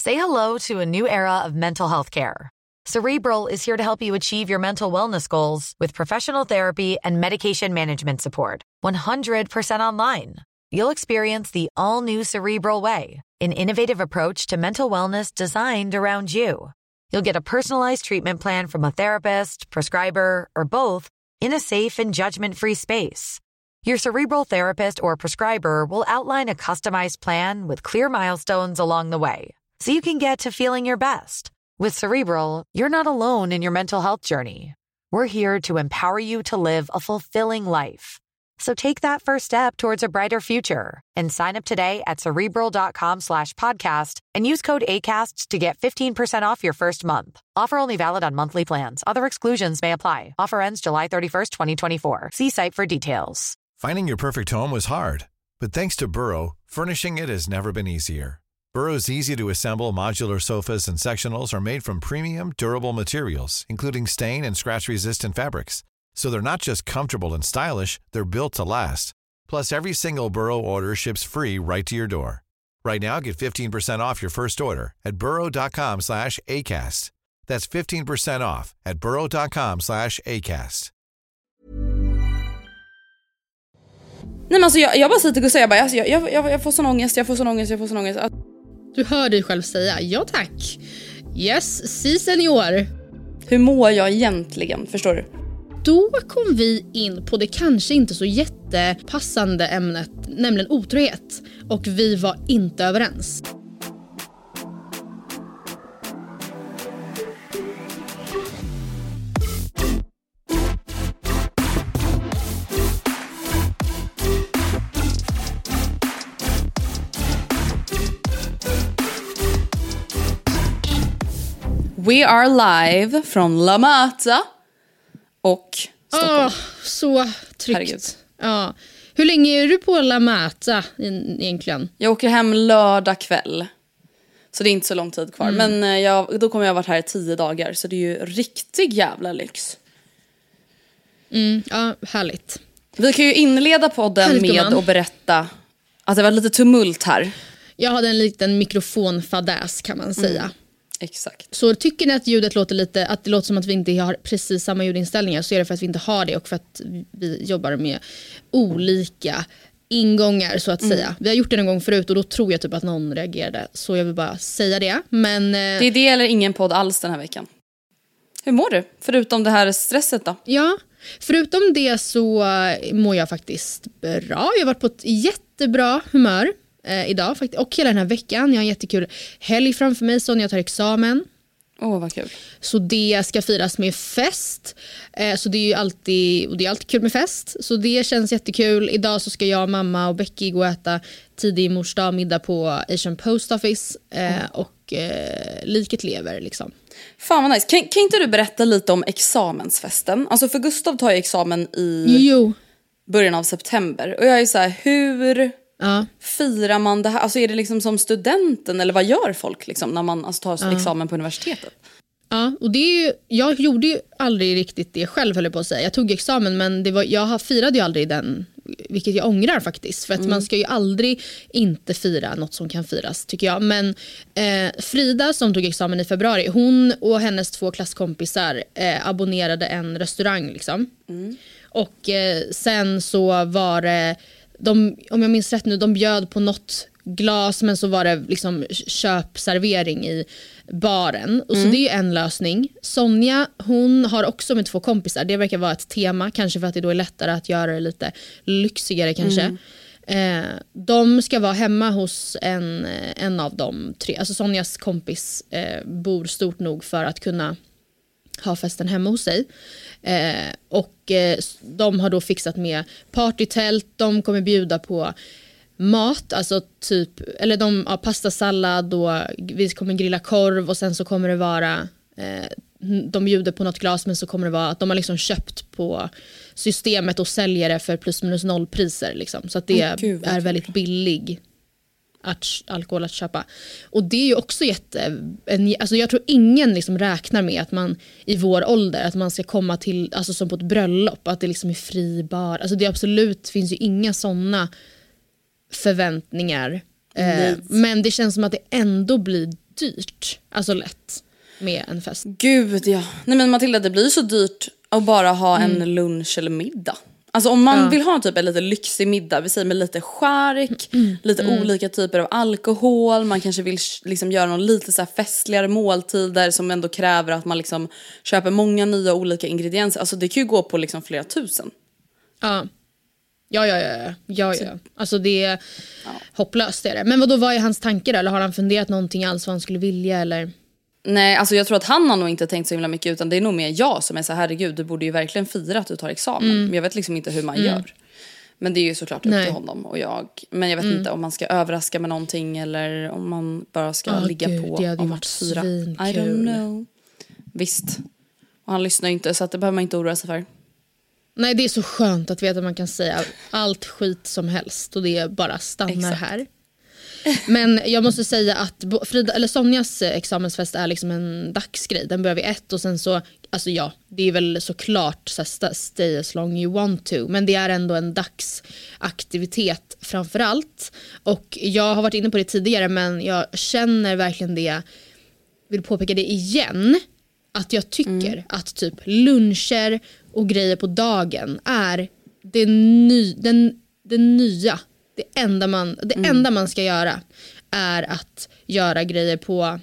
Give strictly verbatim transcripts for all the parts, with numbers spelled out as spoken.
Say hello to a new era of mental health care. Cerebral is here to help you achieve your mental wellness goals with professional therapy and medication management support. one hundred percent online. You'll experience the all-new Cerebral Way, an innovative approach to mental wellness designed around you. You'll get a personalized treatment plan from a therapist, prescriber, or both in a safe and judgment-free space. Your Cerebral therapist or prescriber will outline a customized plan with clear milestones along the way, so you can get to feeling your best. With Cerebral, you're not alone in your mental health journey. We're here to empower you to live a fulfilling life. So take that first step towards a brighter future and sign up today at Cerebral.com slash podcast and use code ACAST to get fifteen percent off your first month. Offer only valid on monthly plans. Other exclusions may apply. Offer ends July thirty-first, twenty twenty-four. See site for details. Finding your perfect home was hard, but thanks to Burrow, furnishing it has never been easier. Burrow's easy-to-assemble modular sofas and sectionals are made from premium, durable materials, including stain and scratch-resistant fabrics. So they're not just comfortable and stylish, they're built to last. Plus, every single Burrow order ships free right to your door. Right now, get fifteen percent off your first order at burrow.com slash ACAST. That's fifteen percent off at burrow.com slash ACAST. Nej men alltså jag, jag bara sitter och säger jag, bara, alltså, jag, jag, jag, jag får sån ångest, jag får sån ångest, jag får sån ångest. Du hör dig själv säga, ja tack. Yes, si senior. Hur mår jag egentligen, förstår du? Då kom vi in på det kanske inte så jättepassande ämnet, nämligen otrohet. Och vi var inte överens. We are live från La Mata och Stockholm. Oh, så tryggt. Herregud. Ja. Hur länge är du på La Mata egentligen? Jag åker hem lördag kväll. Så det är inte så lång tid kvar. Mm. Men jag, då kommer jag ha varit här i tio dagar. Så det är ju riktig jävla lyx. Mm, ja, härligt. Vi kan ju inleda podden härligt, med att berätta att det var lite tumult här. Jag hade en liten mikrofonfadäs kan man säga. Mm. Exakt. Så tycker ni att ljudet låter lite, att det låter som att vi inte har precis samma ljudinställningar, så är det för att vi inte har det och för att vi jobbar med olika ingångar så att mm. säga. Vi har gjort det en gång förut och då tror jag typ att någon reagerade, så jag vill bara säga det. Men det är det eller ingen podd alls den här veckan. Hur mår du? Förutom det här stresset då? Ja, förutom det så mår jag faktiskt bra. Jag har varit på ett jättebra humör eh, idag och hela den här veckan. Jag har en jättekul helg framför mig så när jag tar examen. Åh, oh, vad kul. Så det ska firas med fest. Eh, så det är ju alltid, och det är alltid kul med fest. Så det känns jättekul. Idag så ska jag, mamma och Becky gå och äta tidig mors dag middag på Asian Post Office. Eh, mm. Och eh, liket lever liksom. Fan vad nice. Kan, kan inte du berätta lite om examensfesten? Alltså för Gustav tar ju examen i jo. början av september. Och jag är så här, hur ja. firar man det här? Alltså är det liksom som studenten eller vad gör folk liksom när man alltså, tar ja. examen på universitetet? Ja, och det är ju, jag gjorde ju aldrig riktigt det själv höll jag på att säga. Jag tog examen men det var, jag firade ju aldrig den, vilket jag ångrar faktiskt. För att mm. man ska ju aldrig inte fira något som kan firas tycker jag. Men eh, Frida som tog examen i februari, hon och hennes två klasskompisar eh, abonnerade en restaurang liksom. Mm. Och eh, sen så var det, de, om jag minns rätt nu, de bjöd på något glas men så var det liksom köpservering i baren. Och så mm. det är ju en lösning. Sonja, hon har också med två kompisar. Det verkar vara ett tema, kanske för att det då är lättare att göra det lite lyxigare kanske. Mm. Eh, de ska vara hemma hos en, en av de tre. Alltså Sonjas kompis eh, bor stort nog för att kunna ha festen hemma hos sig. Eh, och eh, de har då fixat med partytält. De kommer bjuda på mat, alltså typ, eller de har ja, pastasallad och vi kommer grilla korv och sen så kommer det vara eh, de bjuder på något glas men så kommer det vara att de har liksom köpt på systemet och säljer det för plus minus noll priser liksom, så att det oh, Gud, är väldigt billig att, alkohol att köpa. Och det är ju också jätte en, alltså jag tror ingen liksom räknar med att man i vår ålder att man ska komma till, alltså som på ett bröllop, att det liksom är fri bar, alltså det är absolut, finns ju inga såna förväntningar. Eh, men det känns som att det ändå blir dyrt. Alltså lätt med en fest. Gud ja. Nej men Matilda, det blir så dyrt att bara ha mm. en lunch eller middag. Alltså om man ja. vill ha typ en lite lyxig middag, vi säger med lite skärk, mm. lite mm. olika typer av alkohol, man kanske vill liksom göra någon lite så här festligare måltider som ändå kräver att man liksom köper många nya olika ingredienser. Alltså det kan ju gå på liksom flera tusen. Ja. Ja, ja, ja, ja, ja. Alltså det är ja. hopplöst är det. Men vad då, vad är hans tankar då? Eller har han funderat någonting alls vad han skulle vilja eller? Nej, alltså jag tror att han har nog inte tänkt så himla mycket, utan det är nog mer jag som är så här, herregud, du borde ju verkligen fira att du tar examen. Mm. Men jag vet liksom inte hur man mm. gör. Men det är ju såklart upp Nej. till honom och jag. Men jag vet mm. inte om man ska överraska med någonting eller om man bara ska oh, ligga Gud, på det hade om varit fyra. I don't know. Visst. Och han lyssnar ju inte, så att det behöver man inte oroa sig för. Nej, det är så skönt att veta att man kan säga allt skit som helst och det bara stannar Exakt. här. Men jag måste säga att Frida, eller Sonjas examensfest är liksom en dagsgrej. Den börjar vid ett och sen så, alltså ja, det är väl såklart så här, stay as long you want to. Men det är ändå en dagsaktivitet framförallt. Och jag har varit inne på det tidigare, men jag känner verkligen det, vill påpeka det igen, att jag tycker mm. att typ luncher och grejer på dagen är det, ny, den, det nya. Det, enda man, det mm. enda man ska göra är att göra grejer på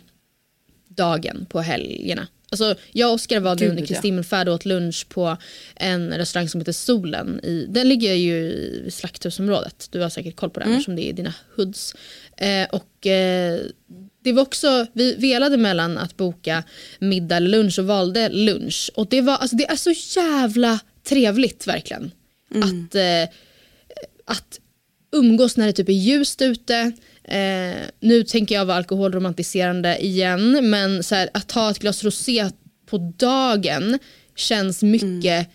dagen, på helgerna. Alltså, jag och Oskar var nu under Kristi himmelfärd och åt lunch på en restaurang som heter Solen. I, den ligger ju i Slakthusområdet. Du har säkert koll på den mm. eftersom det är dina hoods. Eh, och eh, det var också, vi velade mellan att boka middag eller lunch och valde lunch. Och det var, alltså det är så jävla trevligt verkligen. Mm. Att, eh, att umgås när det typ är ljust ute. Eh, nu tänker jag vara alkoholromantiserande igen, men så här, att ta ett glas rosé på dagen känns mycket mm.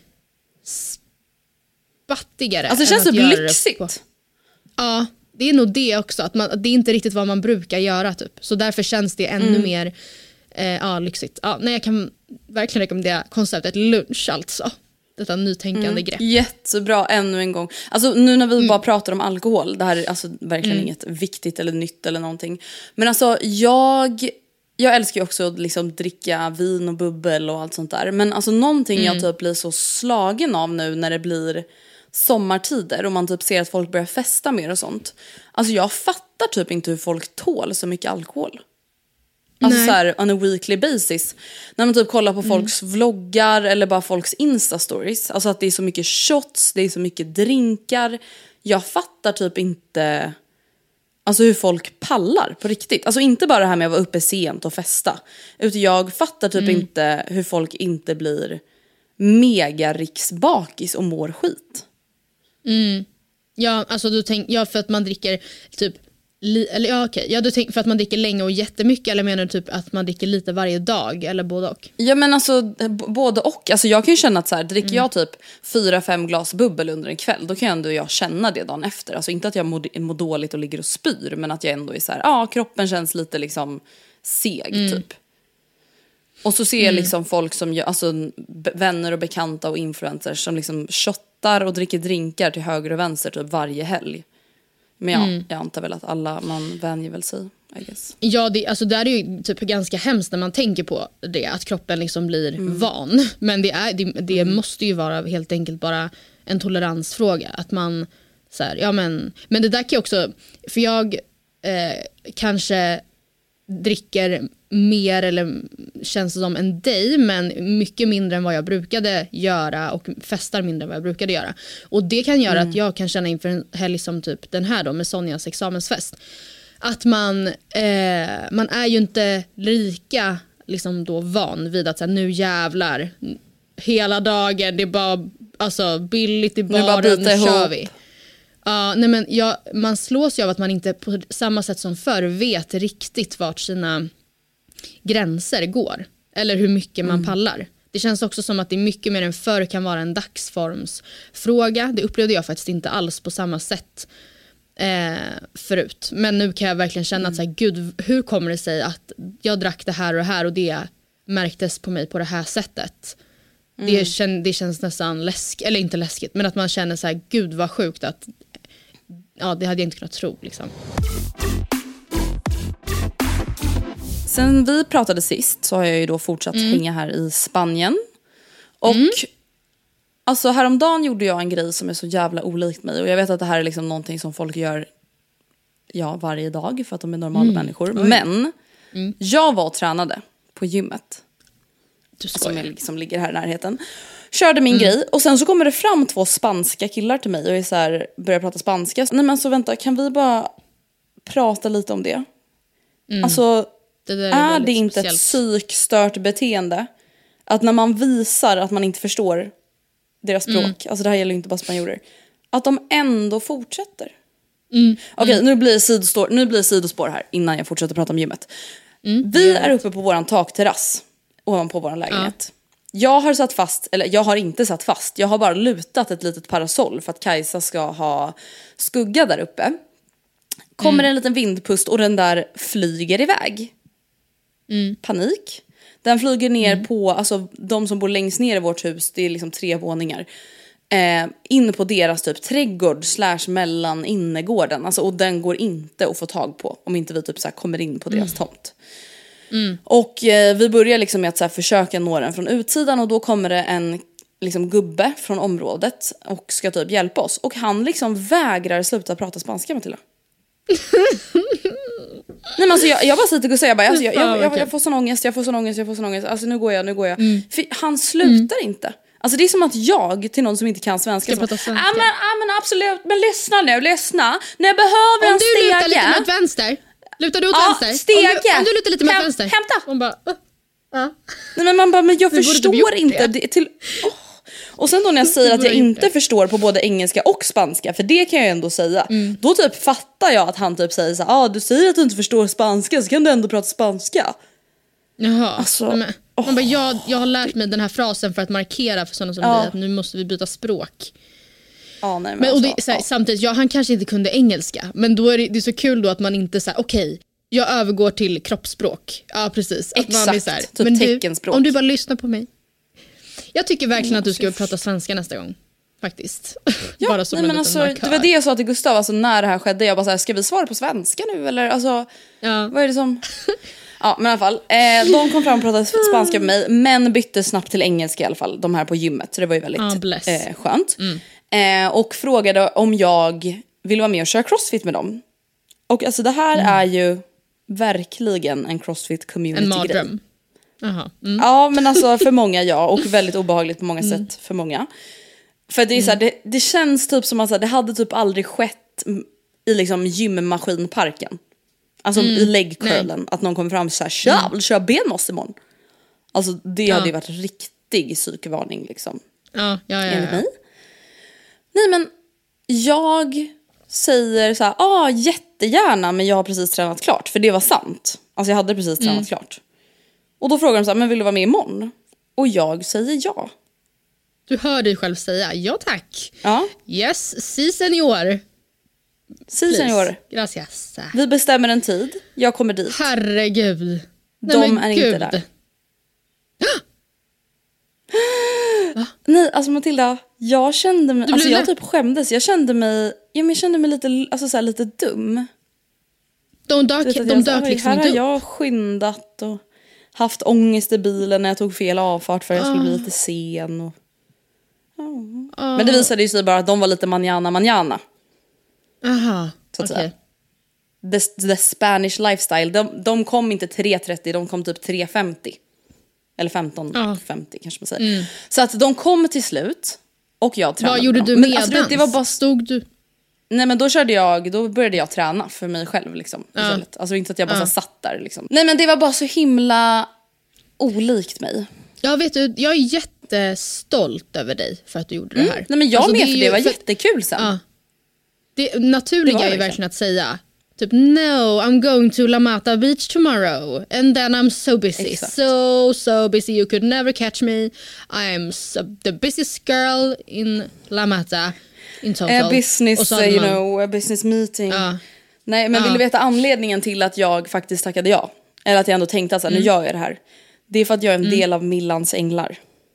spattigare. Alltså det känns typ lyxigt. På... Ja, det är nog det också. Att man, det är inte riktigt vad man brukar göra typ. Så därför känns det ännu mm. mer eh, ja, lyxigt. Ja, nej, jag kan verkligen rekommendera konceptet lunch alltså. Detta nytänkande mm. grepp. Jättebra, ännu en gång. Alltså nu när vi mm. bara pratar om alkohol, det här är alltså verkligen mm. inget viktigt eller nytt eller någonting. Men alltså jag, jag älskar ju också att liksom dricka vin och bubbel och allt sånt där. Men alltså någonting mm. jag typ blir så slagen av nu när det blir sommartider och man typ ser att folk börjar festa mer och sånt. Alltså jag fattar typ inte hur folk tål så mycket alkohol. Alltså så här, on a weekly basis. När man typ kollar på folks mm. vloggar eller bara folks Insta-stories. Alltså att det är så mycket shots, det är så mycket drinkar. Jag fattar typ inte alltså hur folk pallar på riktigt. Alltså inte bara det här med att vara uppe sent och festa. Utan jag fattar typ mm. inte hur folk inte blir mega riksbakis och mår skit. Mm. Ja, alltså du tänk, ja, för att man dricker typ Li, eller ja okej, ja, du tänker för att man dricker länge och jättemycket, eller menar du typ att man dricker lite varje dag eller både och? Ja men alltså b- både och, alltså jag kan ju känna att så här, dricker mm. jag typ fyra fem glas bubbel under en kväll, då kan jag ändå jag känna det dagen efter. Alltså inte att jag mår, mår dåligt och ligger och spyr, men att jag ändå är så här, ja kroppen känns lite liksom seg mm. typ. Och så ser jag mm. liksom folk som gör, alltså b- vänner och bekanta och influencers som liksom shottar och dricker drinkar till höger och vänster typ varje helg. Men ja, mm. jag antar väl att alla, man vänjer väl sig, I guess. Ja, det, alltså det är ju typ ganska hemskt när man tänker på det, att kroppen liksom blir mm. van. Men det, är, det, det mm. måste ju vara helt enkelt bara en toleransfråga. Att man, så här, ja men, men det där kan jag också, för jag eh, kanske dricker mer eller känns det som en dig, men mycket mindre än vad jag brukade göra och festar mindre än vad jag brukade göra. Och det kan göra mm. att jag kan känna inför en helg som typ den här då med Sonjas examensfest, att man eh, man är ju inte lika liksom då van vid att så här, nu jävlar hela dagen, det är bara alltså billigt i baren, nu kör vi. Ja, nej men jag, man slås ju av att man inte på samma sätt som förr vet riktigt vart sina gränser går. Eller hur mycket man mm. pallar. Det känns också som att det är mycket mer än förr kan vara en dagsformsfråga. Det upplevde jag faktiskt inte alls på samma sätt eh, förut. Men nu kan jag verkligen känna mm. att så här, gud, hur kommer det sig att jag drack det här och det här och det märktes på mig på det här sättet. Mm. Det, kän, det känns nästan läskigt, eller inte läskigt, men att man känner så här, gud vad sjukt att ja, det hade jag inte kunnat tro liksom. Sen vi pratade sist så har jag ju då fortsatt mm. hänga här i Spanien. Och mm. alltså häromdagen gjorde jag en grej som är så jävla olikt mig. Och jag vet att det här är liksom någonting som folk gör ja, varje dag för att de är normala mm. människor. Oj. Men mm. jag var och tränade på gymmet. Du som är, liksom ligger här i närheten. Körde min mm. grej och sen så kommer det fram två spanska killar till mig och är så här, börjar prata spanska. Nej men så vänta, kan vi bara prata lite om det? Mm. Alltså, det är, är det inte speciellt. Ett psykstört beteende att när man visar att man inte förstår deras språk, mm. alltså det här gäller ju inte bara spanjorer, att de ändå fortsätter. Mm. Okej, okay, mm. nu blir det sidospår, nu blir det sidospår här innan jag fortsätter prata om gymmet. Mm. Vi är uppe på våran takterrass ovanpå våran lägenhet. Ja. Jag har satt fast, eller jag har inte satt fast, jag har bara lutat ett litet parasoll för att Kajsa ska ha skugga där uppe. Kommer mm. en liten vindpust och den där flyger iväg. Mm. Panik. Den flyger ner mm. på, alltså de som bor längst ner i vårt hus, det är liksom tre våningar. Eh, in på deras typ trädgård slash mellan innergården. Alltså, och den går inte att få tag på om inte vi typ så här kommer in på deras mm. tomt. Mm. Och eh, vi börjar liksom med att så här, försöka nå den från utsidan och då kommer det en liksom, gubbe från området och ska typ hjälpa oss. Och han liksom vägrar sluta prata spanska, Matilda. Nej men alltså jag, jag bara säger till Gustav, jag bara, alltså, jag, jag, jag, jag får sån ångest, jag får sån ångest, jag får sån ångest. Alltså nu går jag, nu går jag. Mm. För han slutar mm. inte. Alltså det är som att jag till någon som inte kan svenska ska prata svenska. Ja men, ja men absolut, men lyssna nu, lyssna. När jag behöver om en stege. Om du lutar lite mot vänster. Lutar du åt ja, vänster? Stege. Om du, om du lutar lite mot Häm, vänster. Hämta. Hon bara, uh, uh. Nej men man bara, men jag du förstår inte. Det. Det, till, oh. Och sen då när jag säger att jag inte det. förstår på både engelska och spanska, för det kan jag ändå säga. Mm. Då typ fattar jag att han typ säger så här, ah, du säger att du inte förstår spanska så kan du ändå prata spanska. Jaha. Alltså, men, oh. man bara, jag, jag har lärt mig den här frasen för att markera för sådana som ja. dig att nu måste vi byta språk. Ja, nej, men men, alltså, och det, såhär, ja. Samtidigt, ja, han kanske inte kunde engelska, men då är det, det är så kul då att man inte säger okej, okay, jag övergår till kroppsspråk. Ja, precis. Att exakt, man är så här, typ men teckenspråk. Du, om du bara lyssnar på mig. Jag tycker verkligen att du ska prata svenska nästa gång. Faktiskt. Ja, bara som nej, men alltså, det var det jag sa till Gustav alltså, när det här skedde. Jag bara så här, ska vi svara på svenska nu? Eller alltså, ja. Vad är det som... Ja, men i alla fall. Eh, de kom fram och pratade spanska med mig. Men bytte snabbt till engelska i alla fall. De här på gymmet. Så det var ju väldigt oh, eh, skönt. Mm. Eh, och frågade om jag ville vara med och köra crossfit med dem. Och alltså det här mm. är ju verkligen en crossfit community. En mardröm. Aha. Mm. Ja, men alltså för många ja. Och väldigt obehagligt på många mm. sätt för många. För det är så här, det, det känns typ som att så här, det hade typ aldrig skett i liksom gymmaskinparken. Alltså mm. i legcurlen. Att någon kommer fram och säger tja, vill köra benmoss imorgon. Alltså det ja. hade ju varit riktig psykvarning liksom. Ja, ja, ja, ja. Mig. Nej men jag säger så här, ja ah, jättegärna men jag har precis tränat klart. För det var sant. Alltså jag hade precis tränat mm. klart. Och då frågar de så här, men vill du vara med imorgon? Och jag säger ja. Du hör dig själv säga, ja tack. Ja. Yes, si senior. Si senior. Gracias. Vi bestämmer en tid, jag kommer dit. Herregud. De Nej, är Gud. inte där. Nej, alltså Matilda, jag kände mig, alltså jag typ skämdes. Jag kände mig, ja, men jag kände mig lite, alltså så här, lite dum. De dök, de dök alltså, liksom här inte upp. Här har jag skyndat och haft ångest i bilen när jag tog fel avfart för att jag skulle bli lite sen. Och... Oh. Oh. Men det visade ju sig bara att de var lite manjana manjana. Aha, så att okay. säga. The, the Spanish lifestyle. De, de kom inte tre trettio, de kom typ tre femtio. Eller femton femtio oh. kanske man säger. Mm. Så att de kom till slut. Och jag tränade. Vad gjorde du med alltså, det, det var bara... Stod du? Nej men då körde jag, då började jag träna för mig själv liksom. Uh. Alltså inte att jag bara uh. satt där liksom. Nej men det var bara så himla olikt mig. Ja vet du, jag är jättestolt över dig för att du gjorde mm. det här. Nej men jag alltså, med för det, det var för... jättekul sen. Uh. Det naturliga det är verkligen. verkligen att säga typ no, I'm going to La Mata Beach tomorrow and then I'm so busy. Exakt. So so busy you could never catch me. I'm so, the busiest girl in La Mata in total. A business, you man, know, a business meeting. Uh, Nej, men uh. vill du veta anledningen till att jag faktiskt tackade ja? Eller att jag ändå tänkte att så här, mm. nu gör jag det här. Det är för att jag är en mm. del av Millans änglar.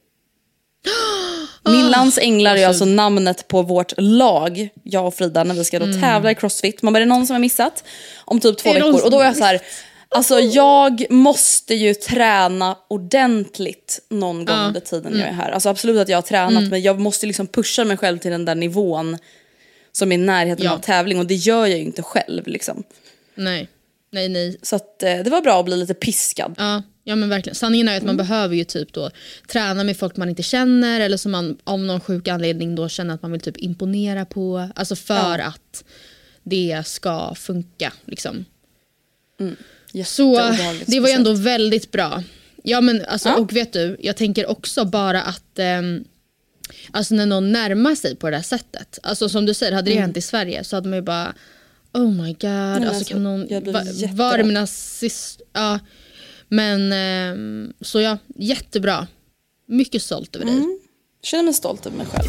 Millans änglar är alltså namnet på vårt lag, jag och Frida, när vi ska då mm. tävla i CrossFit. Man bara, är det någon som har missat? Om typ två veckor. Och då är jag så här, Alltså jag måste ju träna ordentligt någon gång Ja. under tiden mm. jag är här. Alltså absolut att jag har tränat mm. men jag måste liksom pusha mig själv till den där nivån som är i närheten ja. av tävling. Och det gör jag ju inte själv liksom. Nej, nej, nej. Så att, eh, det var bra att bli lite piskad. Ja, ja men verkligen. Sanningen är att man mm. behöver ju typ då träna med folk man inte känner. Eller som man av någon sjuk anledning då känner att man vill typ imponera på. Alltså för ja. att det ska funka liksom. Mm. Så det var ju ändå väldigt bra. Ja men alltså, ja. och vet du, jag tänker också bara att eh, alltså när någon närmar sig på det där sättet. Alltså som du säger, hade det mm. hänt i Sverige så hade man ju bara oh my god, Nej, alltså, alltså kan någon va, var det mina sist ja. Men eh, så ja, jättebra. Mycket stolt över dig. Mm. Känner mig stolt över mig själv.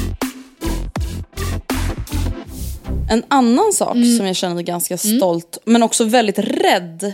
En annan sak mm. som jag känner mig ganska stolt mm. men också väldigt rädd.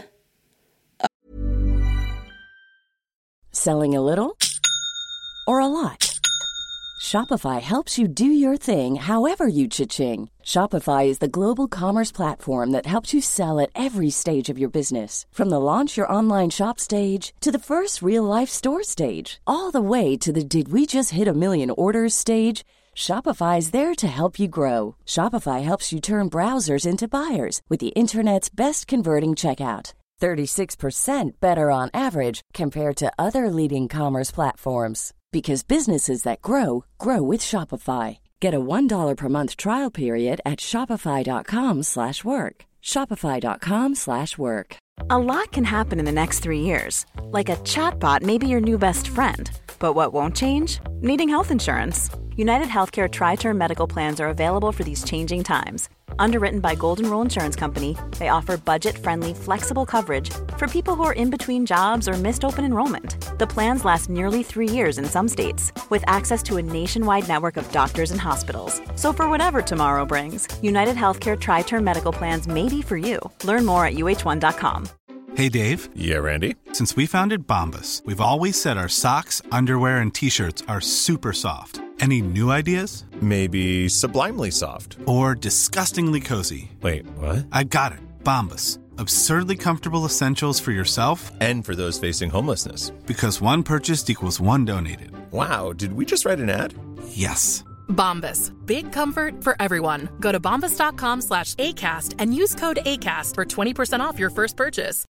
Selling a little or a lot? Shopify helps you do your thing however you cha-ching. Shopify is the global commerce platform that helps you sell at every stage of your business. From the launch your online shop stage to the first real-life store stage. All the way to the did we just hit a million orders stage. Shopify is there to help you grow. Shopify helps you turn browsers into buyers with the internet's best converting checkout. thirty-six percent better on average compared to other leading commerce platforms. Because businesses that grow, grow with Shopify. Get a one dollar per month trial period at shopify.com slash work. Shopify.com slash work. A lot can happen in the next three years. Like a chatbot may be your new best friend. But what won't change? Needing health insurance. United Healthcare Tri-Term Medical Plans are available for these changing times. Underwritten by Golden Rule Insurance Company, they offer budget-friendly, flexible coverage for people who are in between jobs or missed open enrollment. The plans last nearly three years in some states, with access to a nationwide network of doctors and hospitals. So for whatever tomorrow brings, United Healthcare Tri-Term Medical Plans may be for you. Learn more at U H one dot com. Hey, Dave. Yeah, Randy. Since we founded Bombas, we've always said our socks, underwear, and T-shirts are super soft. Any new ideas? Maybe sublimely soft. Or disgustingly cozy. Wait, what? I got it. Bombas. Absurdly comfortable essentials for yourself and for those facing homelessness. Because one purchased equals one donated. Wow, did we just write an ad? Yes. Bombas. Big comfort for everyone. Go to bombas.com slash ACAST and use code ACAST for twenty percent off your first purchase.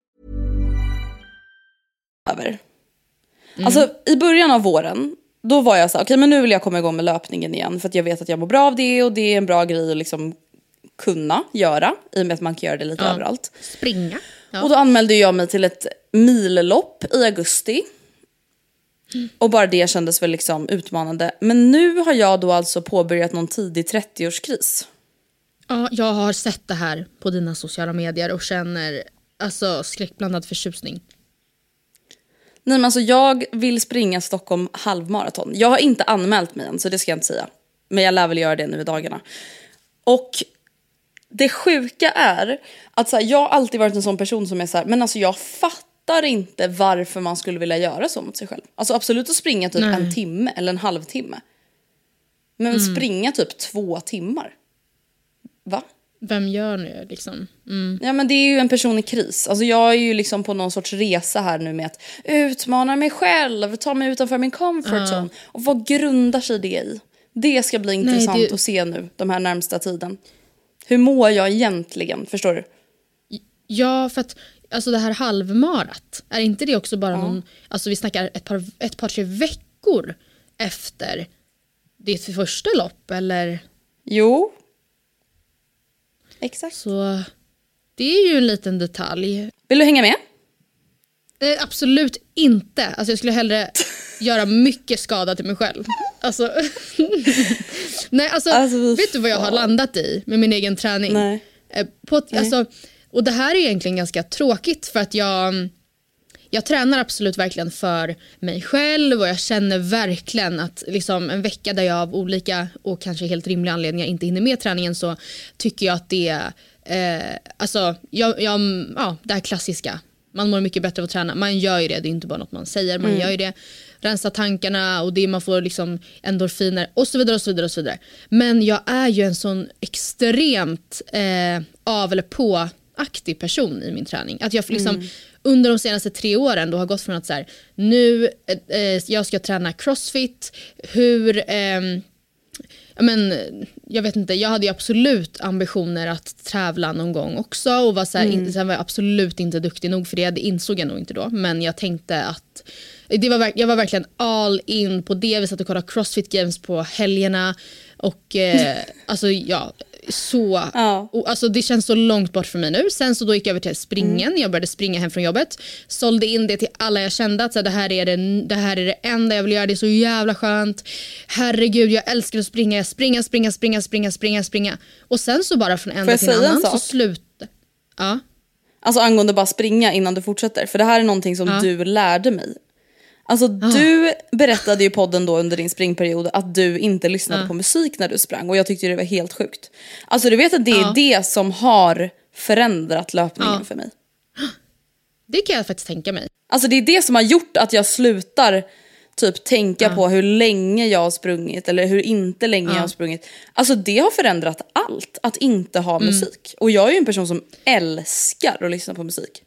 Över. Mm. Alltså i början av våren då var jag så okej okay, men nu vill jag komma igång med löpningen igen för att jag vet att jag mår bra av det och det är en bra grej att liksom kunna göra i och med att man kan göra det lite ja. överallt. Springa. Ja. Och då anmälde jag mig till ett millopp i augusti. Mm. Och bara det kändes väl liksom utmanande. Men nu har jag då alltså påbörjat någon tidig trettioårskris. Ja, jag har sett det här på dina sociala medier och känner alltså skräckblandad förtjusning. Nej men alltså jag vill springa Stockholm halvmaraton. Jag har inte anmält mig än så det ska jag inte säga. Men jag lär väl göra det nu i dagarna. Och det sjuka är att så här, jag har alltid varit en sån person som är så här, men alltså jag fattar inte varför man skulle vilja göra så mot sig själv. Alltså absolut att springa typ Nej. en timme eller en halvtimme. Men mm. springa typ två timmar. Va? Vem gör nu liksom? Mm. Ja men det är ju en person i kris. Alltså jag är ju liksom på någon sorts resa här nu med att utmana mig själv, ta mig utanför min comfort uh. zone. Och vad grundar sig det i? Det ska bli intressant Nej, det... att se nu de här närmsta tiden. Hur mår jag egentligen, förstår du? Ja, för att alltså det här halvmarat, är inte det också bara ja. någon, alltså vi snackar ett par, ett par tre veckor efter ditt första lopp, eller? Jo. Exakt. Så det är ju en liten detalj. Vill du hänga med? Eh, absolut inte. Alltså jag skulle hellre göra mycket skada till mig själv. Alltså, nej, alltså, alltså vet du vad jag har landat i med min egen träning? Nej. Eh, på, nej. Alltså, och det här är egentligen ganska tråkigt för att jag, jag tränar absolut verkligen för mig själv och jag känner verkligen att liksom en vecka där jag av olika och kanske helt rimliga anledningar inte hinner med träningen så tycker jag att det är eh, alltså, jag, jag, ja, det här klassiska. Man mår mycket bättre av att träna. Man gör ju det, det är inte bara något man säger. Man mm. gör ju det. Rensa tankarna och det man får liksom endorfiner och så vidare och så vidare och så vidare. Men jag är ju en sån extremt eh, av eller på aktiv person i min träning. Att jag liksom mm. under de senaste tre åren då har gått från att så här, nu eh, jag ska träna crossfit, hur eh, men, jag vet inte, jag hade ju absolut ambitioner att tävla någon gång också och var så här, mm. sen var jag absolut inte duktig nog för det, det insåg jag nog inte då, men jag tänkte att det var, jag var verkligen all in på det. Vi satt och kollade CrossFit Games på helgerna och eh, alltså ja, så ja. Och, alltså, det känns så långt bort för mig nu. Sen så då gick jag över till springen. Mm. Jag började springa hem från jobbet. Sålde in det till alla jag kände att så, det, här är det, det här är det enda jag vill göra. Det är så jävla skönt. Herregud, jag älskar att springa. Jag springa, springa, springa, springa, springa, springa. Och sen så bara från en dag till en annan så slutade. Ja. Alltså angående bara springa innan du fortsätter. För det här är någonting som ja. du lärde mig. Alltså ah. du berättade ju podden då under din springperiod att du inte lyssnade ah. på musik när du sprang. Och jag tyckte det var helt sjukt. Alltså du vet att det är ah. det som har förändrat löpningen ah. för mig. Det kan jag faktiskt tänka mig. Alltså det är det som har gjort att jag slutar typ tänka ah. på hur länge jag har sprungit. Eller hur inte länge ah. jag har sprungit. Alltså det har förändrat allt. Att inte ha mm. musik. Och jag är ju en person som älskar att lyssna på musik.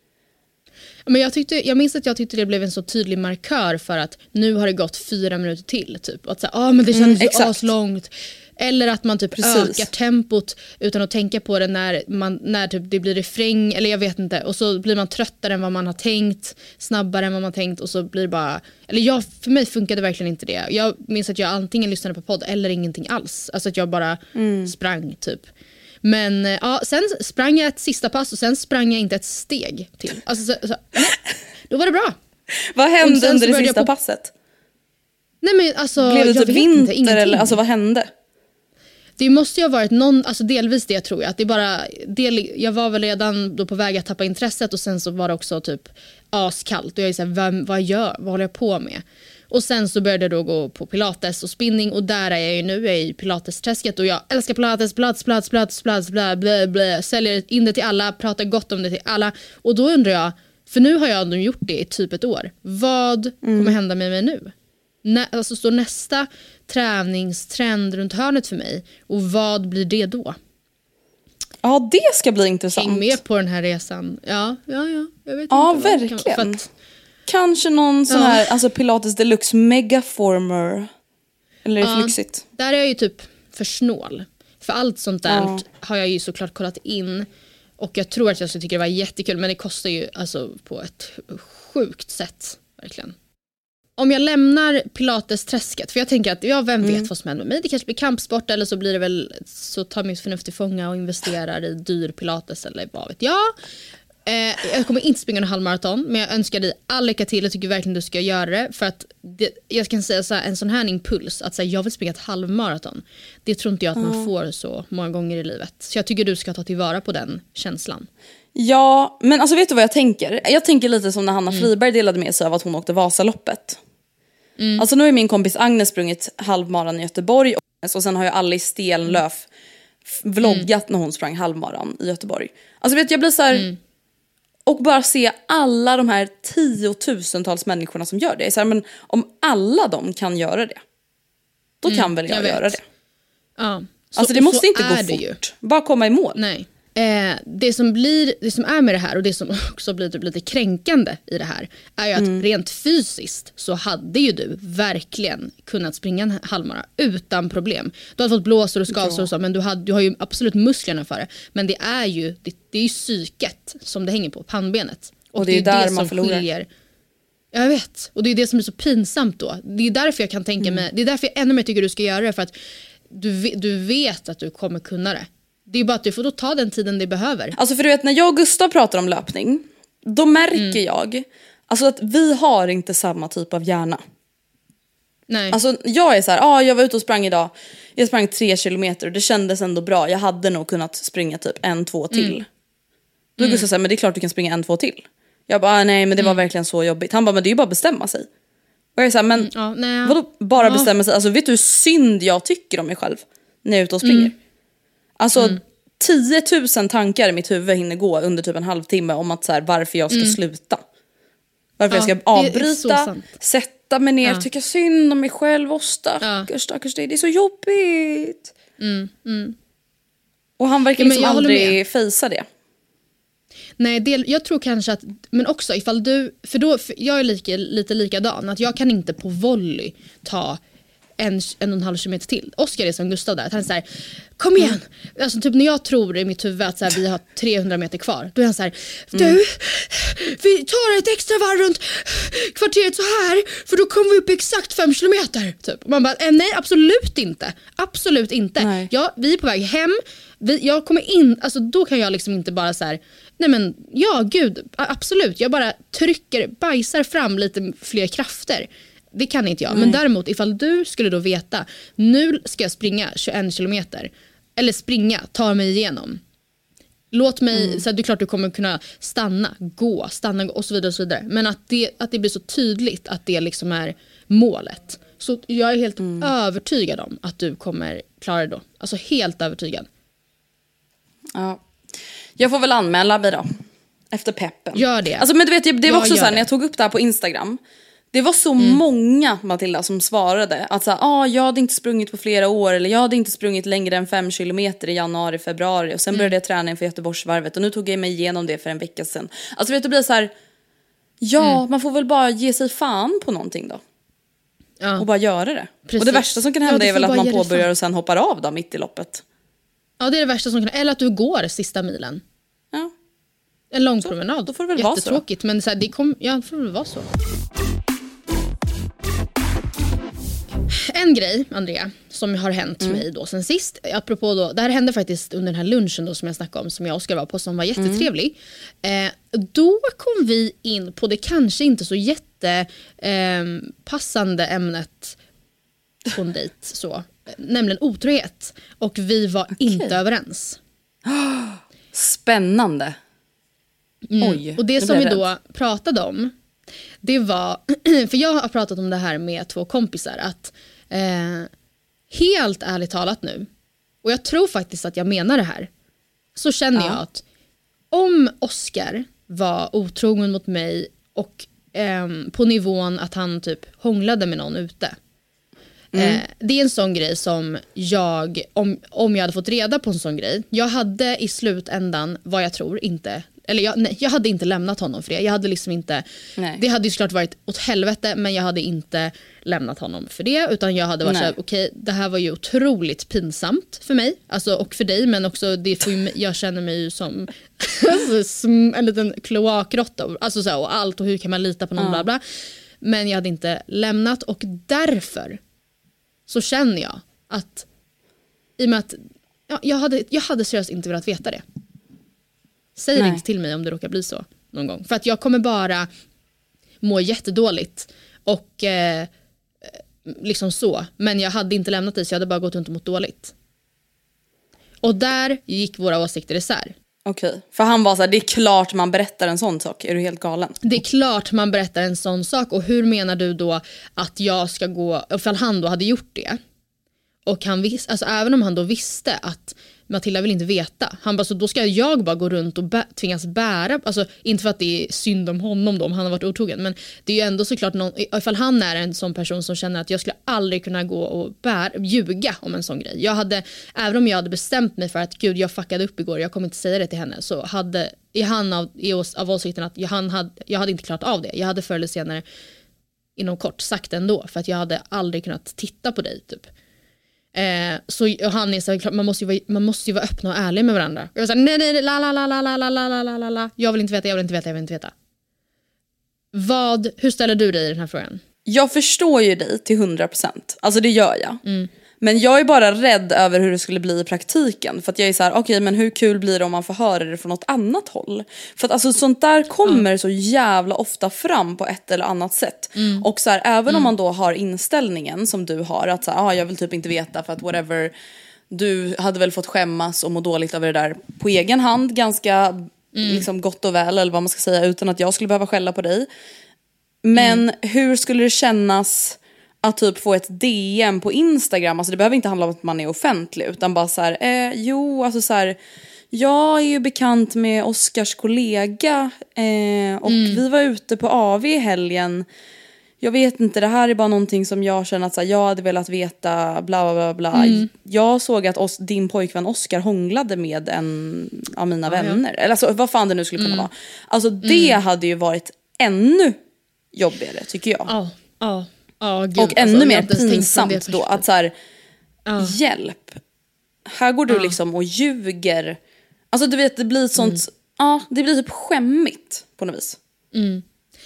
Men jag, tyckte, jag minns att jag tyckte det blev en så tydlig markör för att nu har det gått fyra minuter till. Typ. Att säga, ah, men det känns mm, ju aslångt. Eller att man typ Precis. ökar tempot utan att tänka på det när, man, när typ det blir refräng. Eller jag vet inte. Och så blir man tröttare än vad man har tänkt. Snabbare än vad man har tänkt. Och så blir det bara... Eller jag, för mig funkade verkligen inte det. Jag minns att jag antingen lyssnade på podd eller ingenting alls. Alltså att jag bara mm. sprang typ. Men ja, sen sprang jag ett sista pass och sen sprang jag inte ett steg till. Alltså, så, så, nej, då var det bra. Vad hände under det sista på... passet? Nej, men alltså, blev det jag typ vinter inte, eller alltså vad hände? Det måste ju ha varit någon, alltså delvis det tror jag. Att det bara, del, jag var väl redan då på väg att tappa intresset och sen så var det också typ askallt. Och jag är så här, vad, vad, gör, vad håller jag på med? Och sen så började jag då gå på pilates och spinning. Och där är jag ju nu, jag är i pilatesträsket. Och jag älskar pilates, pilates, pilates, pilates, pilates, bla, bla, bla. Säljer in det till alla, pratar gott om det till alla. Och då undrar jag, för nu har jag nog gjort det i typ ett år. Vad mm. kommer hända med mig nu? Nä, alltså står nästa träningstrend runt hörnet för mig? Och vad blir det då? Ja, det ska bli intressant. Häng med på den här resan. Ja, ja, ja. Jag vet ja, inte verkligen. För att, kanske någon sån här, ja. alltså Pilates Deluxe Megaformer. Eller är det ja, för lyxigt? Där är jag ju typ för snål. För allt sånt där ja. har jag ju såklart kollat in. Och jag tror att jag skulle tycka det var jättekul. Men det kostar ju alltså på ett sjukt sätt. Verkligen. Om jag lämnar pilatesträsket, för jag tänker att ja, vem vet mm. vad som händer med mig. Det kanske blir kampsport eller så blir det väl så tar mitt förnuft till fånga och investerar i dyr pilates eller vad vet jag. Eh, jag kommer inte springa en halvmaraton, men jag önskar dig all lycka till. Jag tycker verkligen du ska göra det. För att det, jag kan säga så här, en sån här impuls att säga jag vill springa ett halvmaraton. Det tror inte jag att mm. man får så många gånger i livet. Så jag tycker du ska ta tillvara på den känslan. Ja, men alltså vet du vad jag tänker? Jag tänker lite som när Hanna mm. Friberg delade med sig av att hon åkte Vasaloppet. Mm. Alltså nu är min kompis Agnes sprungit halvmaran i Göteborg. Och sen har ju Alice Stenlöf vloggat mm. när hon sprang halvmaran i Göteborg. Alltså vet jag blir så här... Mm. Och bara se alla de här tiotusentals människorna som gör det. Så här, men om alla de kan göra det, då kan mm, väl jag, jag göra det. Ja. Så, alltså det måste inte gå fort. Ju. Bara komma i mål. Nej. Eh, det, som blir, det som är med det här och det som också blir typ lite kränkande i det här är ju att mm. rent fysiskt så hade ju du verkligen kunnat springa en halvmara utan problem. Du hade fått blåsor och skavsår ja. och så, men du, hade, du har ju absolut musklerna för det. Men det är ju det, det är ju psyket som det hänger på, pannbenet. Och, och det är ju där det man förlorar. Skiljer. Jag vet, och det är det som är så pinsamt då. Det är därför jag kan tänka mm. mig, det är därför jag ännu mer tycker du ska göra det, för att du, du vet att du kommer kunna det. Det är bara att du får då ta den tiden det behöver. Alltså för du vet, när jag och Gustav pratar om löpning, då märker mm. jag alltså att vi har inte samma typ av hjärna. Nej. Alltså jag är så här, ja ah, jag var ute och sprang idag. Jag sprang tre kilometer och det kändes ändå bra. Jag hade nog kunnat springa typ en, två till. Mm. Då är Gustav så här, men det är klart du kan springa en, två till. Jag bara, ah, nej men det var mm. verkligen så jobbigt. Han bara, men det är ju bara att bestämma sig. Och jag är så här, men mm, ja, nej. vadå bara ja. bestämma sig? Alltså vet du hur synd jag tycker om mig själv när jag är ute och springer? Mm. Alltså mm. tio tusen tankar i mitt huvud hinner gå under typ en halvtimme om att så här, varför jag ska mm. sluta. Varför ja, jag ska avbryta, sätta mig ner, ja. tycka synd om mig själv och stackars, ja. stackars det. Det är så jobbigt. Mm, mm. Och han verkar liksom ja, aldrig fejsa det. Nej, det, jag tror kanske att, men också ifall du, för då, för jag är lika, lite likadan, att jag kan inte på volley ta en, en och en halv kilometer till. Oskar är som Gustav där, att han är så här, kom igen. Mm. Alltså typ när jag tror i mitt huvud att så här, vi har trehundra meter kvar, då är han så här, du, mm. vi tar ett extra varv runt kvarteret så här, för då kommer vi upp exakt fem kilometer. Typ. Man bara, nej absolut inte. Absolut inte. Nej. Ja, vi är på väg hem. Vi, jag kommer in, alltså då kan jag liksom inte bara så här, nej men ja gud, absolut. Jag bara trycker, bajsar fram lite fler krafter. Det kan inte jag. Nej. Men däremot ifall du skulle då veta, nu ska jag springa tjugoen kilometer. Eller springa, ta mig igenom. Låt mig, mm. så här, det är klart du kommer kunna stanna, gå, stanna och så vidare och så vidare. Men att det, att det blir så tydligt att det liksom är målet. Så jag är helt mm. övertygad om att du kommer klara det då. Alltså helt övertygad. Ja. Jag får väl anmäla mig då. Efter peppen. Gör det. Alltså men du vet, det var ja, också så här, när jag tog upp det här på Instagram. Det var så mm. många, Matilda, som svarade att så här, ah, jag hade inte sprungit på flera år, eller jag hade inte sprungit längre än fem kilometer i januari, februari, och sen mm. började jag träna inför Göteborgsvarvet och nu tog jag mig igenom det för en vecka sedan. Alltså vet du, det blir så här, ja, mm. man får väl bara ge sig fan på någonting då. Ja. Och bara göra det. Precis. Och det värsta som kan hända ja, är väl att man påbörjar och sen hoppar av då mitt i loppet. Ja, det är det värsta som kan, eller att du går sista milen. Ja. En lång så, promenad. Då får det väl vara så. Jättetråkigt, men så här, det kom, ja, det får väl vara så. En grej, Andrea, som har hänt mm. mig då sen sist, apropå då, det här hände faktiskt under den här lunchen då som jag snackade om, som jag och Oskar var på, som var jättetrevlig. Mm. Eh, då kom vi in på det kanske inte så jättepassande eh, ämnet på en dejt, så, nämligen otrohet. Och vi var okay. inte överens. Spännande. Mm. Oj, och det som vi då pratade om, det var, för jag har pratat om det här med två kompisar, att eh, helt ärligt talat nu, och jag tror faktiskt att jag menar det här, så känner ja. jag att om Oskar var otrogen mot mig och eh, på nivån att han typ hånglade med någon ute, mm. eh, det är en sån grej som jag, om, om jag hade fått reda på en sån grej, jag hade i slutändan, vad jag tror, inte eller jag, nej, jag hade inte lämnat honom för det. Jag hade liksom inte, nej. Det hade ju såklart varit åt helvete, men jag hade inte lämnat honom för det, utan jag hade varit så här, okej, okay, det här var ju otroligt pinsamt för mig, alltså, och för dig, men också det får ju, jag känner mig ju som alltså, en liten kloakrotta, alltså så här, och allt, och hur kan man lita på någon, ja. bla bla. Men jag hade inte lämnat, och därför så känner jag att i och med att ja, jag hade jag hade seriöst inte velat veta det. Säg Nej. inte till mig om det råkar bli så någon gång. För att jag kommer bara må jättedåligt. Och eh, liksom så. Men jag hade inte lämnat dig, så jag hade bara gått runt och mått dåligt. Och där gick våra åsikter isär. Okej, okay. För han var så här, det är klart man berättar en sån sak. Är du helt galen? Det är klart man berättar en sån sak. Och hur menar du då att jag ska gå, ifall han då hade gjort det? Och han visste, alltså även om han då visste att Matilda vill inte veta. Han bara, så då ska jag bara gå runt och bä- tvingas bära, alltså inte för att det är synd om honom då, om han har varit otrogen, men det är ju ändå såklart någon, ifall han är en sån person som känner att jag skulle aldrig kunna gå och bära, ljuga om en sån grej. Jag hade, även om jag hade bestämt mig för att gud, jag fuckade upp igår, jag kommer inte säga det till henne, så hade i han av, i oss, av åsikten att jag, han hade, jag hade inte klarat av det. Jag hade förr eller senare inom kort sagt ändå, för att jag hade aldrig kunnat titta på dig typ. Eh, så han är så här, man måste ju vara, man måste ju vara öppna och ärliga med varandra. Jag var så här, nej nej la la la la la la la la la la. Jag vill inte veta, jag vill inte veta, jag vill inte veta. Vad, hur ställer du dig i den här frågan? Jag förstår ju dig till hundra procent. Alltså det gör jag. Mm. Men jag är bara rädd över hur det skulle bli i praktiken. För att jag är så här, okej, okay, men hur kul blir det om man får höra det från något annat håll? För att alltså sånt där kommer mm. så jävla ofta fram på ett eller annat sätt. Mm. Och så här, även mm. om man då har inställningen som du har, att så här, ah, jag vill typ inte veta för att whatever, du hade väl fått skämmas och må dåligt över det där på egen hand, ganska mm. liksom gott och väl, eller vad man ska säga, utan att jag skulle behöva skälla på dig. Men mm. hur skulle det kännas att typ få ett D M på Instagram? Alltså det behöver inte handla om att man är offentlig, utan bara så här, eh, jo, alltså så här, jag är ju bekant med Oskars kollega eh, och mm. vi var ute på A V i helgen. jag vet inte, det här är bara någonting som jag känner att så här, jag hade velat veta, bla bla bla bla. Mm. Jag såg att os- din pojkvän Oscar hånglade med en av mina ah, vänner. Ja. Eller alltså, vad fan det nu skulle kunna mm. vara. Alltså det mm. hade ju varit ännu jobbigare, tycker jag. Ja, ja. Ja, gud, och alltså, ännu mer pinsamt då, att så här, ja. hjälp. Här går du ja. liksom och ljuger. Alltså du vet, det blir sånt, mm. ja, det blir typ skämmigt på något vis. Mm.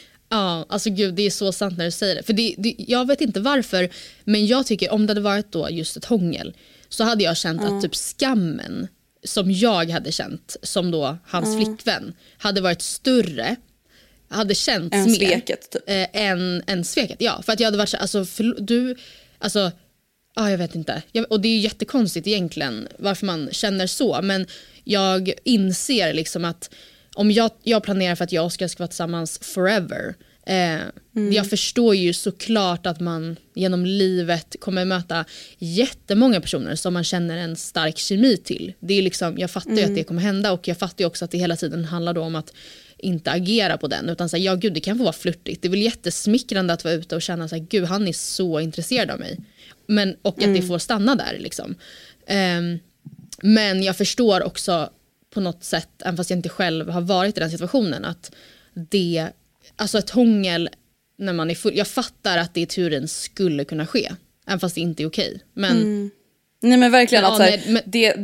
Ja, alltså gud, det är så sant när du säger det. För det, det, jag vet inte varför, men jag tycker om det hade varit då just ett hångel, så hade jag känt mm. att typ skammen som jag hade känt som då hans mm. flickvän hade varit större, hade känts en mer sveket, typ. eh, än, än sveket. Ja, för att jag hade varit så, alltså för, du, alltså ja, jag vet inte. Jag, och det är jättekonstigt egentligen varför man känner så, men jag inser liksom att om jag, jag planerar för att jag och Oscar ska vara tillsammans forever. Eh, mm. Jag förstår ju såklart att man genom livet kommer möta jättemånga personer som man känner en stark kemi till. Det är liksom, jag fattar mm. ju att det kommer hända, och jag fattar ju också att det hela tiden handlar då om att inte agera på den, utan säga ja gud, det kan få vara flirtigt. Det är väl jättesmickrande att vara ute och känna så här, gud, han är så intresserad av mig. Men, och att mm. det får stanna där liksom. Eh, men jag förstår också på något sätt, även fast jag inte själv har varit i den situationen, att det, alltså ett hångel när man är full, jag fattar att det i turen skulle kunna ske, även fast det inte är okej. Men mm. nej men verkligen men, att ja, så här, nej, men, det,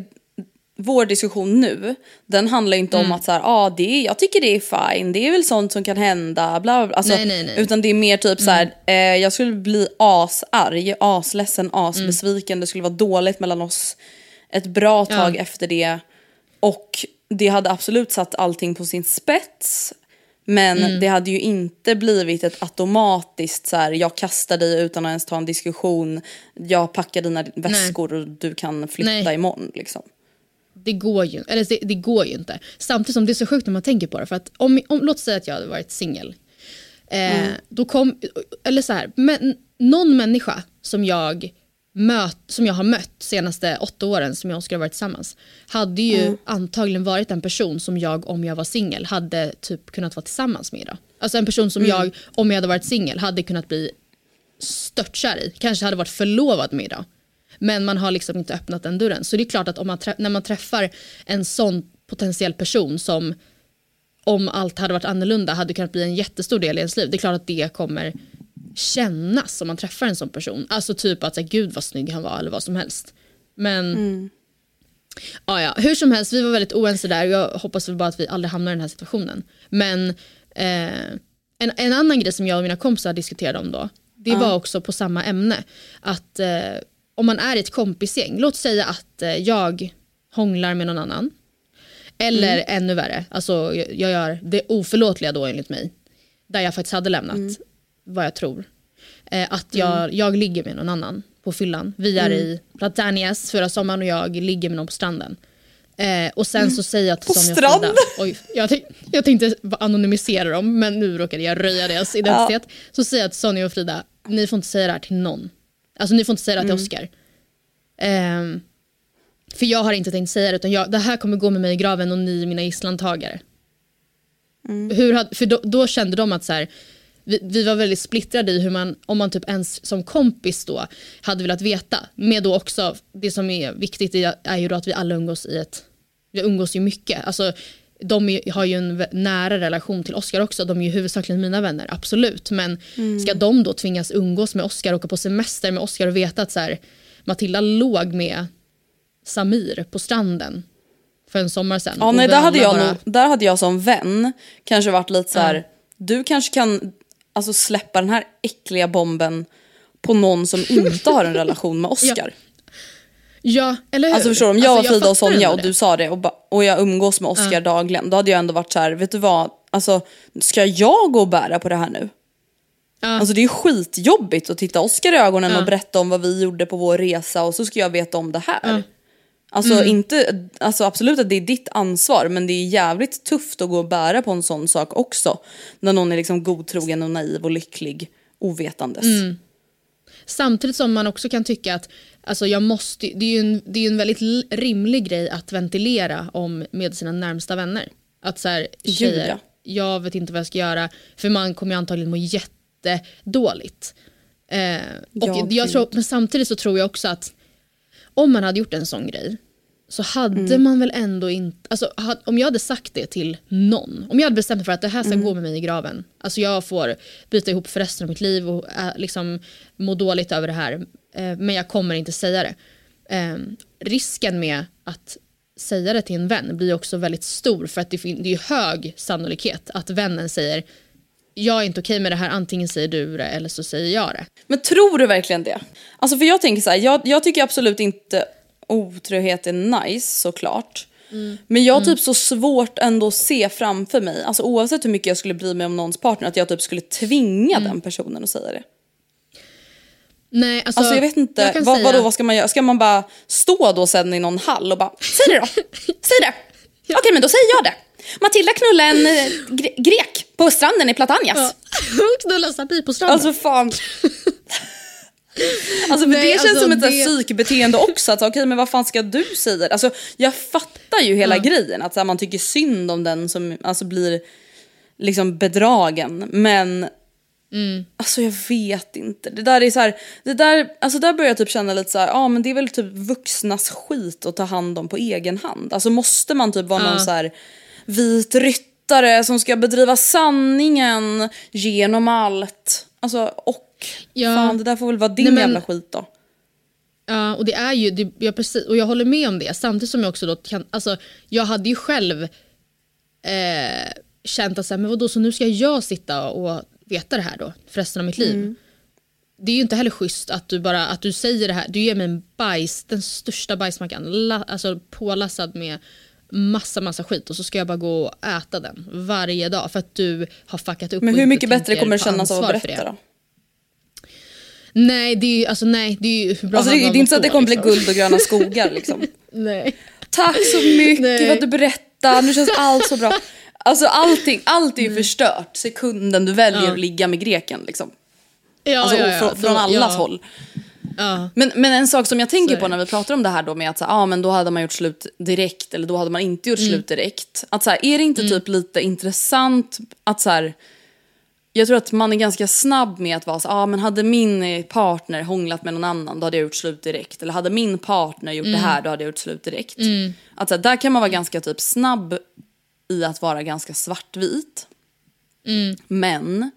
vår diskussion nu, den handlar inte mm. om att så här, ah, det, jag tycker det är fine, det är väl sånt som kan hända, bla bla. Alltså, nej, nej, nej. utan det är mer typ mm. så här, eh, jag skulle bli asarg, asledsen, asbesviken, mm. det skulle vara dåligt mellan oss ett bra tag ja. efter det. Och det hade absolut satt allting på sin spets. Men mm. det hade ju inte blivit ett automatiskt så här, jag kastar dig utan att ens ta en diskussion. Jag packar dina väskor Nej. och du kan flytta Nej. imorgon liksom. Det går ju, eller det, det går ju inte. Samtidigt som det är så sjukt när man tänker på det. För att om, om, låt säga att jag hade varit singel. Eh, mm. Då kom, eller så här, men, någon människa som jag... Möt, som jag har mött senaste åtta åren som jag och Oscar har varit tillsammans, hade ju mm. antagligen varit en person som jag, om jag var singel, hade typ kunnat vara tillsammans med idag. Alltså en person som mm. jag, om jag hade varit singel, hade kunnat bli störtkär i. Kanske hade varit förlovad med idag. Men man har liksom inte öppnat den dörren. Så det är klart att om man trä- när man träffar en sån potentiell person som, om allt hade varit annorlunda, hade kunnat bli en jättestor del i ens liv. Det är klart att det kommer kännas om man träffar en sån person. Alltså typ att säga, gud vad snygg han var eller vad som helst. Men mm. ja, ja, hur som helst, vi var väldigt oense där. Jag hoppas väl bara att vi aldrig hamnar i den här situationen. Men eh, en, en annan grej som jag och mina kompisar diskuterade om då, det uh. var också på samma ämne. Att eh, om man är i ett kompisgäng, låt säga att eh, jag hånglar med någon annan. Eller mm. ännu värre, alltså jag, jag gör det oförlåtliga då enligt mig. Där jag faktiskt hade lämnat mm. vad jag tror. Eh, att jag, mm. jag ligger med någon annan på fyllan. Vi är mm. i Platanias förra sommaren och jag ligger med någon på stranden. Eh, och sen mm. så säger jag till på Sonja strand? Frida, oj, jag, t- jag tänkte anonymisera dem, men nu råkade jag röja deras identitet. Ja. Så säger jag till Sonja och Frida, ni får inte säga det här till någon. Alltså ni får inte säga det här till Oscar. Eh, för jag har inte tänkt säga det, utan jag, det här kommer gå med mig i graven och ni är mina islandtagare. Mm. Hur, för då, då kände de att så här, vi, vi var väldigt splittrade i hur man, om man typ ens som kompis då hade velat veta. Med då också, det som är viktigt är, är ju då att vi alla umgås i ett, vi umgås ju mycket. Alltså de är, har ju en nära relation till Oscar också. De är ju huvudsakligen mina vänner, absolut. Men mm. ska de då tvingas umgås med Oscar och åka på semester med Oscar och veta att så här, Matilda låg med Samir på stranden för en sommar sedan. Ja, nej, där hade jag bara... nog, där hade jag som vän kanske varit lite så här, mm. du kanske kan alltså släppa den här äckliga bomben på någon som inte har en relation med Oscar. Ja. Ja, eller hur? Alltså förstår du, om jag alltså, var Frida och Sonja och du sa det och, ba, och jag umgås med Oscar uh. dagligen, då hade jag ändå varit så här, vet du vad, alltså ska jag gå och bära på det här nu? Uh. Alltså det är skitjobbigt att titta Oscar i ögonen uh. och berätta om vad vi gjorde på vår resa och så ska jag veta om det här. Uh. Alltså, mm. inte, alltså absolut att det är ditt ansvar, men det är jävligt tufft att gå och bära på en sån sak också. När någon är liksom godtrogen och naiv och lycklig, ovetandes. Mm. Samtidigt som man också kan tycka att alltså jag måste, det är ju en, det är en väldigt rimlig grej att ventilera om med sina närmsta vänner. Att så här, tjejer, ja. jag vet inte vad jag ska göra. För man kommer ju antagligen må jätte, jättedåligt. Eh, och Ja, jag tror, men samtidigt så tror jag också att om man hade gjort en sån grej så hade mm. man väl ändå inte, alltså had, om jag hade sagt det till någon, om jag hade bestämt för att det här ska mm. gå med mig i graven, alltså jag får byta ihop för resten av mitt liv och äh, liksom må dåligt över det här, eh, men jag kommer inte säga det. Eh, risken med att säga det till en vän blir också väldigt stor, för att det, det är ju hög sannolikhet att vännen säger jag är inte okej med det här, antingen säger du det eller så säger jag det. Men tror du verkligen det? Alltså för jag tänker så här, jag, jag tycker absolut inte otrohet är nice såklart. Mm. Men jag har typ så svårt ändå att se framför mig, alltså oavsett hur mycket jag skulle bry mig om någons partner, att jag typ skulle tvinga mm. den personen att säga det. Nej, alltså, alltså jag vet inte, jag vad, säga... vadå, vad ska man göra? Ska man bara stå då sen i någon hall och bara, säg det då, säg det. Ja. Okej, men då säger jag det. Matilda knullade en eh, gre- grek på stranden i Platanias. Ja. Knullade Sabi på stranden. Alltså fan. Alltså för Nej, det känns alltså som ett det... psykbeteende också, att okej okay, men vad fan ska du säga? Alltså jag fattar ju hela ja. grejen, att så här, man tycker synd om den som alltså blir liksom bedragen, men mm. alltså jag vet inte. Det där är så här, det där alltså där börjar jag typ känna lite så här, ja ah, men det är väl typ vuxnas skit att ta hand om på egen hand. Alltså måste man typ vara ja. någon så här vit ryttare som ska bedriva sanningen genom allt. Alltså och ja. fan, det där får väl vara din Nej, men, jävla skit då. Ja, och det är ju det, jag precis, och jag håller med om det, samtidigt som jag också då kan, alltså jag hade ju själv eh, känt att så här, men vadå, så nu ska jag sitta och veta det här då för resten av mitt liv. Mm. Det är ju inte heller schysst att du bara att du säger det här, du ger mig en bajs, den största bajsmackan, la, alltså pålassad med massa massa skit, och så ska jag bara gå och äta den varje dag för att du har fuckat upp. Men hur mycket bättre kommer det kännas av att berätta då? Nej, det är ju alltså nej, det är ju hur bra. Alltså det, det är inte så att det kommer liksom bli guld och gröna skogar liksom. Nej. Tack så mycket nej. Vad du berättar. Nu känns allt så bra. Alltså allting, allt är ju mm. förstört sekunden du väljer ja. att ligga med greken liksom. Ja, alltså ja, ja. Från, från allas ja. håll. Ja. Men, men en sak som jag tänker på när vi pratar om det här då, med att så, ah, men då hade man gjort slut direkt eller då hade man inte gjort mm. slut direkt. Att så här, är det inte mm. typ lite intressant att så här, jag tror att man är ganska snabb med att vara så, ah, men hade min partner hånglat med någon annan, då hade jag gjort slut direkt. Eller hade min partner gjort mm. det här, då hade jag gjort slut direkt. Mm. Att så här, där kan man vara ganska typ snabb i att vara ganska svartvit. Mm. Men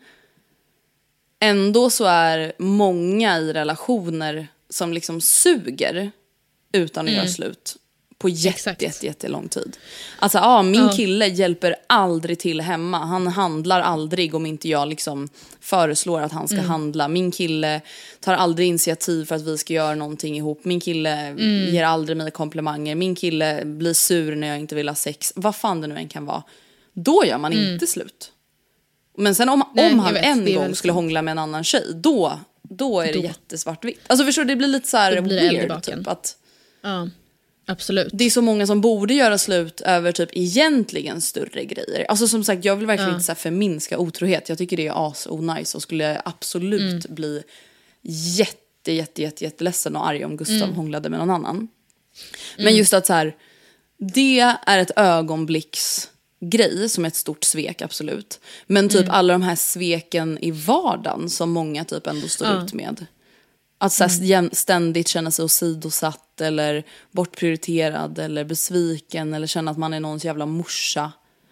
ändå så är många i relationer som liksom suger utan att mm. göra slut på jätte, jätte, jätte lång tid. Alltså ja, min ja. kille hjälper aldrig till hemma. Han handlar aldrig om inte jag liksom föreslår att han ska mm. handla. Min kille tar aldrig initiativ för att vi ska göra någonting ihop. Min kille mm. ger aldrig mig komplimanger. Min kille blir sur när jag inte vill ha sex. Vad fan det nu än kan vara. Då gör man mm. inte slut. Men sen om, Nej, om han vet, en gång skulle hångla med en annan tjej, då, då är det då. jättesvartvitt. Alltså förstår du, det blir lite så här weird typ att ja, absolut. Det är så många som borde göra slut över typ egentligen större grejer. Alltså som sagt, jag vill verkligen ja. inte så här förminska otrohet. Jag tycker det är as onajs och skulle absolut mm. bli jätte, jätte, jätte, jätteledsen och arg om Gustav mm. hånglade med någon annan. Men mm. just att så här, det är ett ögonblicks grej som är ett stort svek, absolut. Men typ mm. alla de här sveken i vardagen som många typ ändå står ja. ut med. Att så här, mm. ständigt känna sig åsidosatt eller bortprioriterad eller besviken eller känna att man är någons jävla morsa.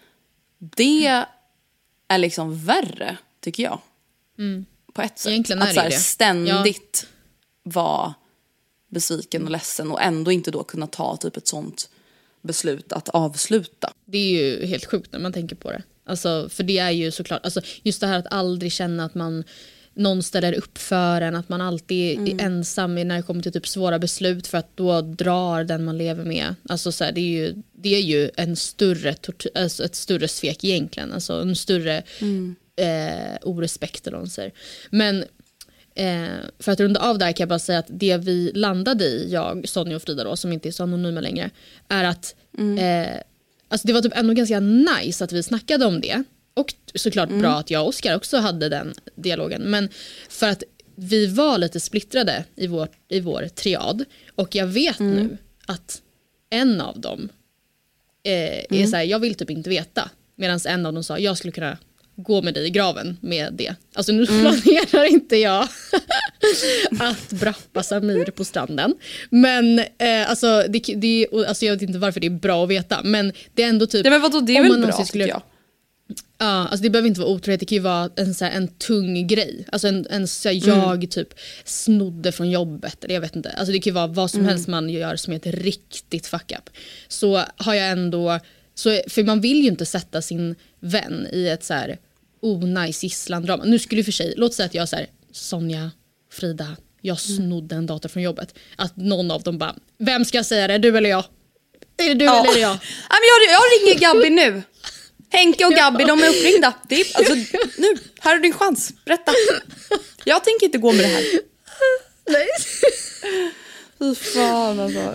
Det mm. är liksom värre, tycker jag. Mm. På ett sätt. Egentligen att är så här, det. ständigt ja. vara besviken och ledsen och ändå inte då kunna ta typ ett sånt beslut att avsluta. Det är ju helt sjukt när man tänker på det. Alltså, för det är ju såklart, alltså, just det här att aldrig känna att man någon ställer upp för en, att man alltid mm. är ensam när det kommer till typ svåra beslut, för att då drar den man lever med. Alltså så här, det är ju det är ju en större tortyr, alltså ett större svek egentligen, alltså en större mm. eh, orespekt eller något så här. Men eh, för att runda av där kan jag bara säga att det vi landade i, jag, Sonja och Frida då, som inte är så anonyma längre, är att mm. eh, alltså det var typ ändå ganska nice att vi snackade om det. Och såklart mm. bra att jag och Oskar också hade den dialogen. Men för att vi var lite splittrade i vår, i vår triad. Och jag vet mm. nu att en av dem eh, mm. är så här, jag vill typ inte veta. Medan en av dem sa, jag skulle kunna gå med dig i graven med det. Alltså nu planerar mm. inte jag att brappa Samir på stranden. Men eh, alltså, det, det, alltså jag vet inte varför det är bra att veta. Men det är ändå typ... Ja, men vadå, det är väl bra skulle, jag. Ja, alltså det behöver inte vara otroligt. Det kan ju vara en, så här, en tung grej. Alltså en, en så här, jag mm. typ snodde från jobbet. Eller jag vet inte. Alltså det kan ju vara vad som mm. helst man gör som är ett riktigt fuck up. Så har jag ändå... Så, för man vill ju inte sätta sin vän i ett så här onajs gisslandrama. Nu skulle för sig, låt säga att jag så här, Sonja, Frida, jag snodde en dator från jobbet. Att någon av dem bara, vem ska jag säga det, du eller jag? Är det du ja. eller jag? jag? Jag ringer Gabby nu. Henke och Gabby, de är uppringda. Det är, alltså, nu, här är din chans, berätta. Jag tänker inte gå med det här. Nej. Fy fan alltså.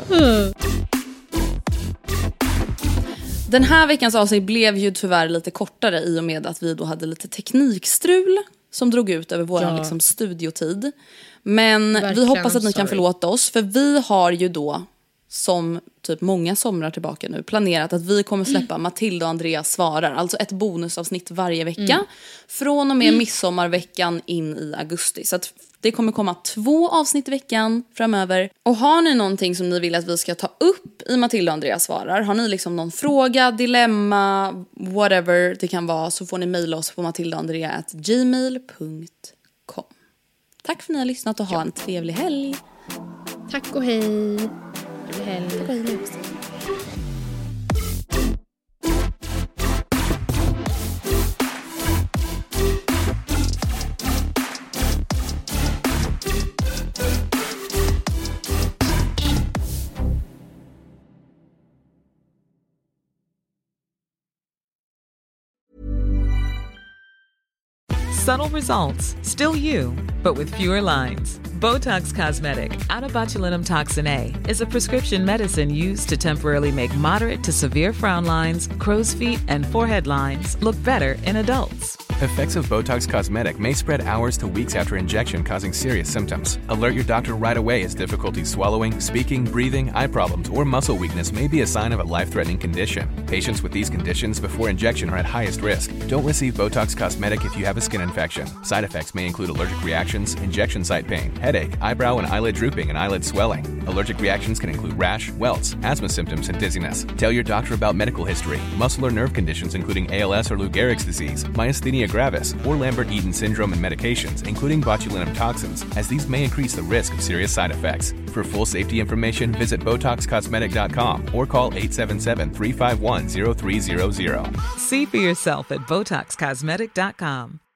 Den här veckans avsnitt blev ju tyvärr lite kortare i och med att vi då hade lite teknikstrul som drog ut över vår ja. liksom, studiotid. Men verkligen, vi hoppas att ni sorry. kan förlåta oss, för vi har ju då, som typ många somrar tillbaka nu, planerat att vi kommer släppa mm. Matilda och Andreas svarar. Alltså ett bonusavsnitt varje vecka. Mm. Från och med mm. midsommarveckan in i augusti. Så att det kommer komma två avsnitt i veckan framöver. Och har ni någonting som ni vill att vi ska ta upp i Matilda och Andreas svarar, har ni liksom någon fråga, dilemma, whatever det kan vara, så får ni mejla oss på matildaandrea at gmail punkt com. Tack för att ni har lyssnat och ha en trevlig helg. Tack och hej. Trevlig helg. Tack och hej. Subtle results, still you, but with fewer lines. Botox Cosmetic, out of botulinum toxin A, is a prescription medicine used to temporarily make moderate to severe frown lines, crow's feet, and forehead lines look better in adults. Effects of Botox Cosmetic may spread hours to weeks after injection, causing serious symptoms. Alert your doctor right away as difficulty swallowing, speaking, breathing, eye problems, or muscle weakness may be a sign of a life-threatening condition. Patients with these conditions before injection are at highest risk. Don't receive Botox Cosmetic if you have a skin infection. Side effects may include allergic reactions, injection site pain, headache, eyebrow and eyelid drooping, and eyelid swelling. Allergic reactions can include rash, welts, asthma symptoms, and dizziness. Tell your doctor about medical history, muscle or nerve conditions including A L S or Lou Gehrig's disease, myasthenia gravis, or Lambert-Eaton syndrome, and medications, including botulinum toxins, as these may increase the risk of serious side effects. For full safety information, visit Botox Cosmetic dot com or call eight seven seven, three five one, zero three zero zero. See for yourself at Botox Cosmetic dot com.